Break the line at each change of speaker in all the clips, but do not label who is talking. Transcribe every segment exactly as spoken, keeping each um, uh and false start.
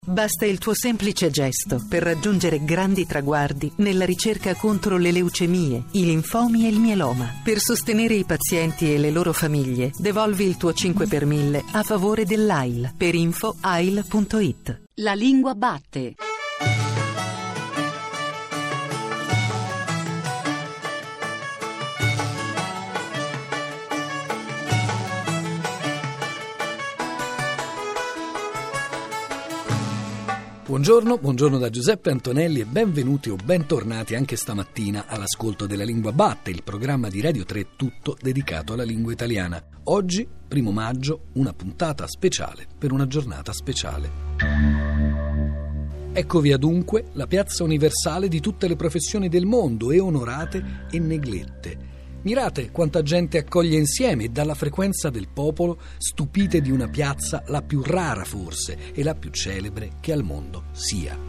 Basta il tuo semplice gesto per raggiungere grandi traguardi nella ricerca contro le leucemie, i linfomi e il mieloma. Per sostenere i pazienti e le loro famiglie, devolvi il tuo cinque per mille a favore dell'A I L. Per info A I L punto it.
La lingua batte.
Buongiorno, buongiorno da Giuseppe Antonelli e benvenuti o bentornati anche stamattina all'ascolto della Lingua Batte, il programma di Radio tre tutto dedicato alla lingua italiana. Oggi, primo maggio, una puntata speciale per una giornata speciale. Eccovi adunque la piazza universale di tutte le professioni del mondo, e onorate e neglette. Mirate quanta gente accoglie insieme, e dalla frequenza del popolo stupite di una piazza la più rara forse e la più celebre che al mondo sia.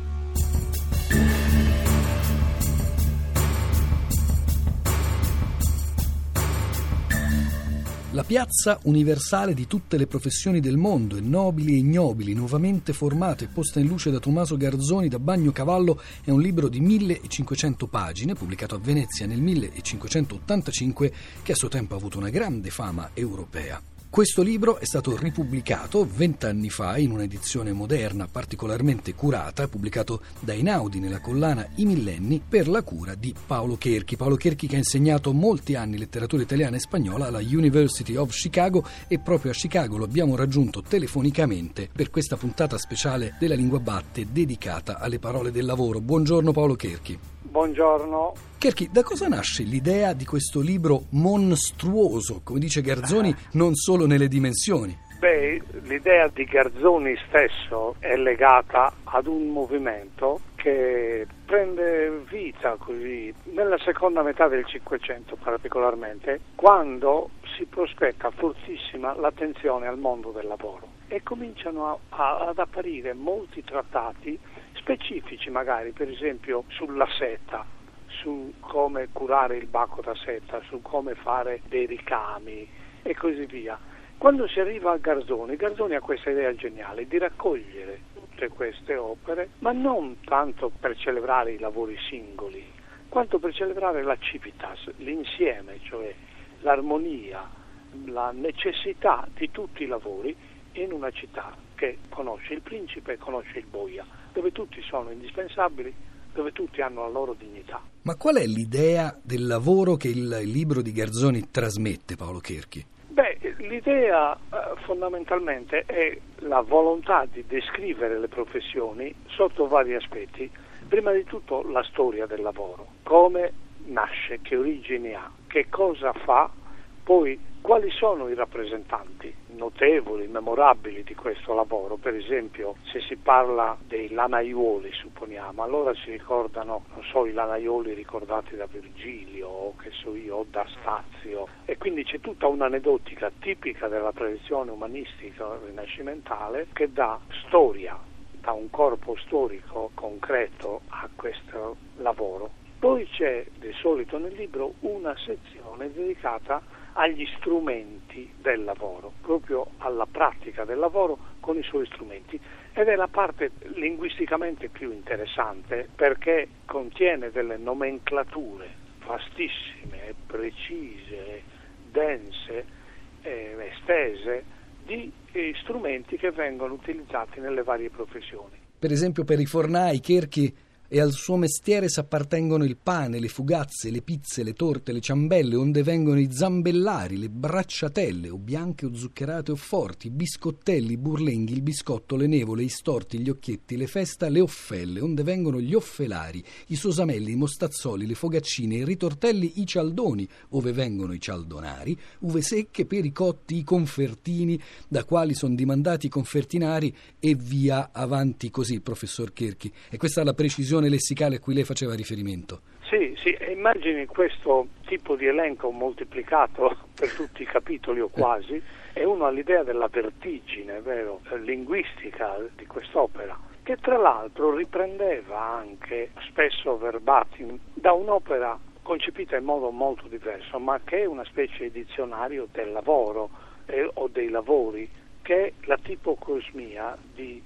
La piazza universale di tutte le professioni del mondo, e nobili e ignobili, nuovamente formata e posta in luce da Tommaso Garzoni da Bagnocavallo, è un libro di millecinquecento pagine, pubblicato a Venezia nel millecinquecentottantacinque, che a suo tempo ha avuto una grande fama europea. Questo libro è stato ripubblicato vent'anni fa in un'edizione moderna particolarmente curata, pubblicato da Einaudi nella collana I Millenni, per la cura di Paolo Cherchi. Paolo Cherchi che ha insegnato molti anni letteratura italiana e spagnola alla University of Chicago, e proprio a Chicago lo abbiamo raggiunto telefonicamente per questa puntata speciale della Lingua Batte dedicata alle parole del lavoro. Buongiorno Paolo Cherchi.
Buongiorno.
Cherchi, da cosa nasce l'idea di questo libro mostruoso, come dice Garzoni, non solo nelle dimensioni?
Beh, l'idea di Garzoni stesso è legata ad un movimento che prende vita così nella seconda metà del Cinquecento particolarmente, quando si prospetta fortissima l'attenzione al mondo del lavoro e cominciano a, a, ad apparire molti trattati specifici, magari per esempio sulla seta, su come curare il bacco da seta, su come fare dei ricami e così via. Quando si arriva a Garzoni, Garzoni ha questa idea geniale di raccogliere tutte queste opere, ma non tanto per celebrare i lavori singoli, quanto per celebrare la civitas, l'insieme, cioè l'armonia, la necessità di tutti i lavori in una città che conosce il principe e conosce il boia, dove tutti sono indispensabili, dove tutti hanno la loro dignità.
Ma qual è l'idea del lavoro che il libro di Garzoni trasmette, Paolo Cherchi?
Beh, l'idea eh, fondamentalmente è la volontà di descrivere le professioni sotto vari aspetti. Prima di tutto la storia del lavoro, come nasce, che origini ha, che cosa fa, poi quali sono i rappresentanti notevoli, memorabili di questo lavoro. Per esempio, se si parla dei lanaioli, supponiamo, allora si ricordano, non so, i lanaioli ricordati da Virgilio, o che so io, o da Stazio, e quindi c'è tutta un'aneddotica tipica della tradizione umanistica rinascimentale che dà storia, dà un corpo storico concreto a questo lavoro. Poi c'è di solito nel libro una sezione dedicata agli strumenti del lavoro, proprio alla pratica del lavoro con i suoi strumenti, ed è la parte linguisticamente più interessante perché contiene delle nomenclature vastissime, precise, dense, eh, estese di eh, strumenti che vengono utilizzati nelle varie professioni.
Per esempio per i fornai, Cherchi, e al suo mestiere s'appartengono il pane, le fugazze, le pizze, le torte, le ciambelle, onde vengono i zambellari, le bracciatelle, o bianche o zuccherate o forti, i biscottelli, i burlenghi, il biscotto, le nevole, i storti, gli occhietti, le festa, le offelle, onde vengono gli offelari, i sosamelli, i mostazzoli, le fogaccine, i ritortelli, i cialdoni, ove vengono i cialdonari, uve secche per i cotti, i confertini, da quali sono dimandati i confertinari, e via avanti così, professor Cherchi. E questa è la precisione lessicale a cui lei faceva riferimento.
Sì, sì, immagini questo tipo di elenco moltiplicato per tutti i capitoli o quasi, e uno ha l'idea della vertigine, vero, linguistica di quest'opera, che tra l'altro riprendeva anche spesso verbatim da un'opera concepita in modo molto diverso, ma che è una specie di dizionario del lavoro eh, o dei lavori, che è la tipocosmia di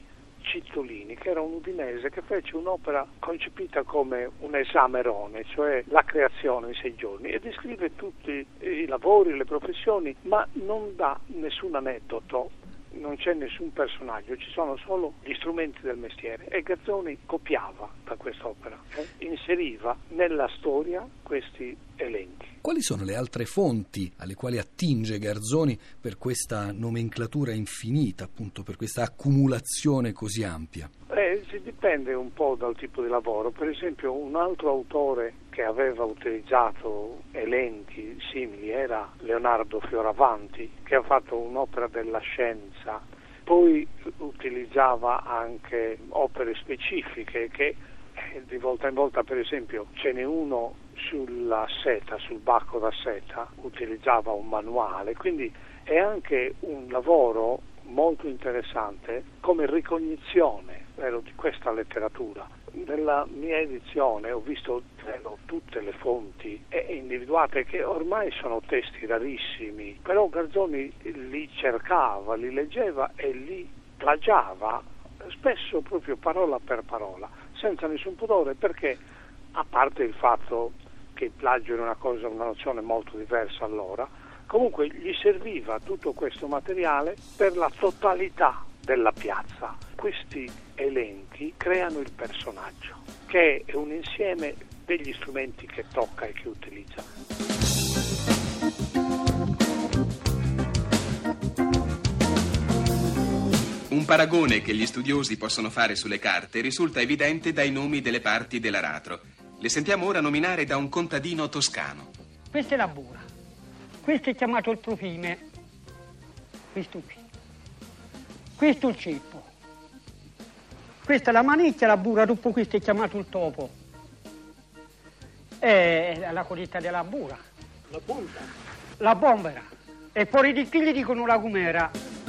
Cittolini, che era un udinese che fece un'opera concepita come un esamerone, cioè la creazione in sei giorni, e descrive tutti i lavori, le professioni, ma non dà nessun aneddoto, non c'è nessun personaggio, ci sono solo gli strumenti del mestiere, e Garzoni copiava da quest'opera, eh? inseriva nella storia questi elenchi.
Quali sono le altre fonti alle quali attinge Garzoni per questa nomenclatura infinita, appunto per questa accumulazione così ampia?
Eh, si dipende un po' dal tipo di lavoro. Per esempio, un altro autore che aveva utilizzato elenchi simili era Leonardo Fioravanti, che ha fatto un'opera della scienza. Poi utilizzava anche opere specifiche che eh, di volta in volta, per esempio, ce n'è uno sulla seta, sul bacco da seta, utilizzava un manuale, quindi è anche un lavoro molto interessante come ricognizione vero, di questa letteratura. Nella mia edizione ho visto vero, tutte le fonti e individuate che ormai sono testi rarissimi, però Garzoni li cercava, li leggeva e li plagiava, spesso proprio parola per parola, senza nessun pudore, perché a parte il fatto che il plagio era una cosa, una nozione molto diversa allora, comunque gli serviva tutto questo materiale per la totalità della piazza. Questi elenchi creano il personaggio, che è un insieme degli strumenti che tocca e che utilizza.
Un paragone che gli studiosi possono fare sulle carte risulta evidente dai nomi delle parti dell'aratro. Le sentiamo ora nominare da un contadino toscano.
Questa è la bura, questo è chiamato il profime, questo qui, questo il ceppo, questa è la manicchia, la bura, dopo questo è chiamato il topo, è la coletta della bura,
La bomba.
la bombera, e poi di qui gli dicono la gumera.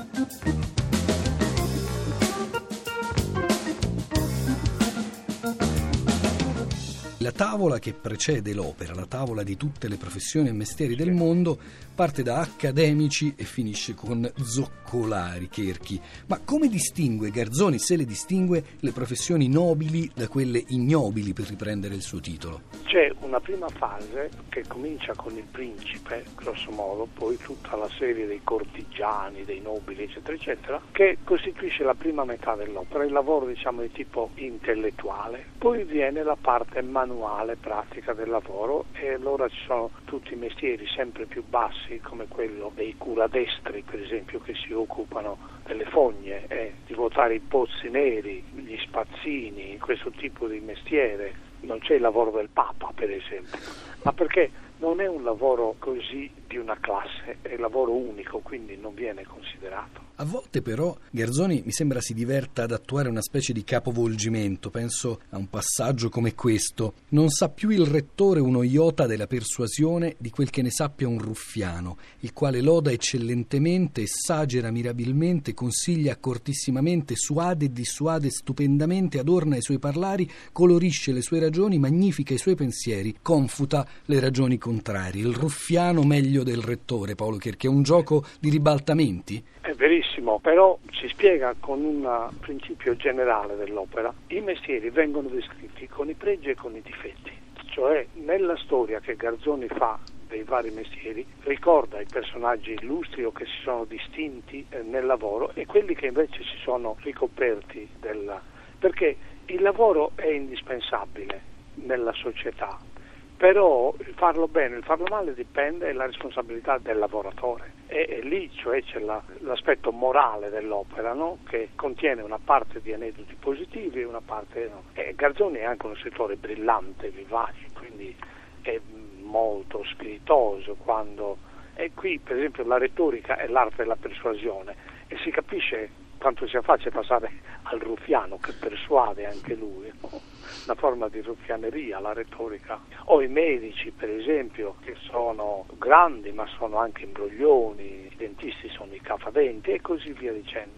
La tavola che precede l'opera, la tavola di tutte le professioni e mestieri del mondo, parte da accademici e finisce con zoccolari, cherchi. Ma come distingue Garzoni, se le distingue, le professioni nobili da quelle ignobili, per riprendere il suo titolo?
C'è una prima fase che comincia con il principe, grosso modo, poi tutta la serie dei cortigiani, dei nobili, eccetera, eccetera, che costituisce la prima metà dell'opera, il lavoro, diciamo, di tipo intellettuale. Poi viene la parte manuale, pratica del lavoro, e allora ci sono tutti i mestieri sempre più bassi, come quello dei curadestri, per esempio, che si occupano delle fogne, eh, di vuotare i pozzi neri, gli spazzini, questo tipo di mestiere. Non c'è il lavoro del Papa, per esempio, ma perché non è un lavoro così di una classe, è un lavoro unico, quindi non viene considerato.
A volte però Garzoni mi sembra si diverta ad attuare una specie di capovolgimento. Penso a un passaggio come questo: non sa più il rettore uno iota della persuasione di quel che ne sappia un ruffiano, il quale loda eccellentemente, esagera mirabilmente, consiglia accortissimamente, suade e dissuade stupendamente, adorna i suoi parlari, colorisce le sue ragioni, magnifica i suoi pensieri, confuta le ragioni contrarie. Il ruffiano meglio del rettore, Paolo Cherchi, è un gioco di ribaltamenti?
È verissimo, però si spiega con un principio generale dell'opera. I mestieri vengono descritti con i pregi e con i difetti, cioè nella storia che Garzoni fa dei vari mestieri ricorda i personaggi illustri o che si sono distinti eh, nel lavoro e quelli che invece si sono ricoperti della... perché il lavoro è indispensabile nella società, però il farlo bene, il farlo male dipende dalla responsabilità del lavoratore. E, e lì cioè c'è la, l'aspetto morale dell'opera, no? Che contiene una parte di aneddoti positivi e una parte no. E Garzoni è anche uno scrittore brillante, vivace, quindi è molto spiritoso quando... E qui per esempio la retorica è l'arte della persuasione e si capisce quanto sia facile passare al ruffiano che persuade anche lui, no? Una forma di ruffianeria, la retorica. O i medici, per esempio, che sono grandi ma sono anche imbroglioni, i dentisti sono i cafadenti e così via dicendo. Eh.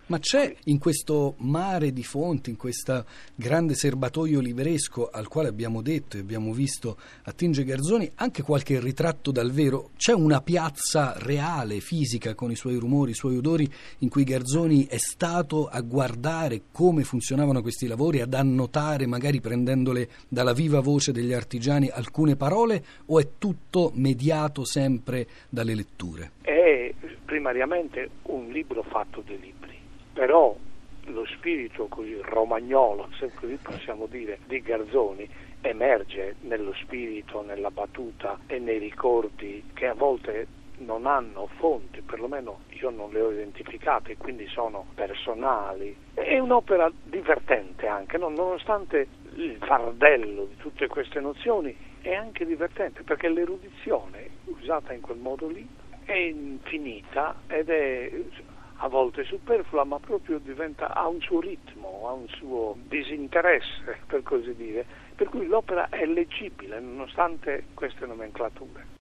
Ma c'è in questo mare di fonti, in questo grande serbatoio libresco al quale abbiamo detto e abbiamo visto attinge Garzoni, anche qualche ritratto dal vero? C'è una piazza reale, fisica, con i suoi rumori, i suoi odori, in cui Garzoni è stato a guardare come funzionavano questi lavori, ad annotare, magari prendendole dalla viva voce degli artigiani, alcune parole, o è tutto mediato sempre dalle letture?
È primariamente un libro fatto di libri. Però lo spirito così romagnolo, se così possiamo dire, di Garzoni emerge nello spirito, nella battuta e nei ricordi che a volte non hanno fonti, perlomeno io non le ho identificate, quindi sono personali. È un'opera divertente anche, no? Nonostante il fardello di tutte queste nozioni, è anche divertente perché l'erudizione usata in quel modo lì è infinita ed è a volte superflua, ma proprio diventa, ha un suo ritmo, ha un suo disinteresse, per così dire, per cui l'opera è leggibile nonostante queste nomenclature.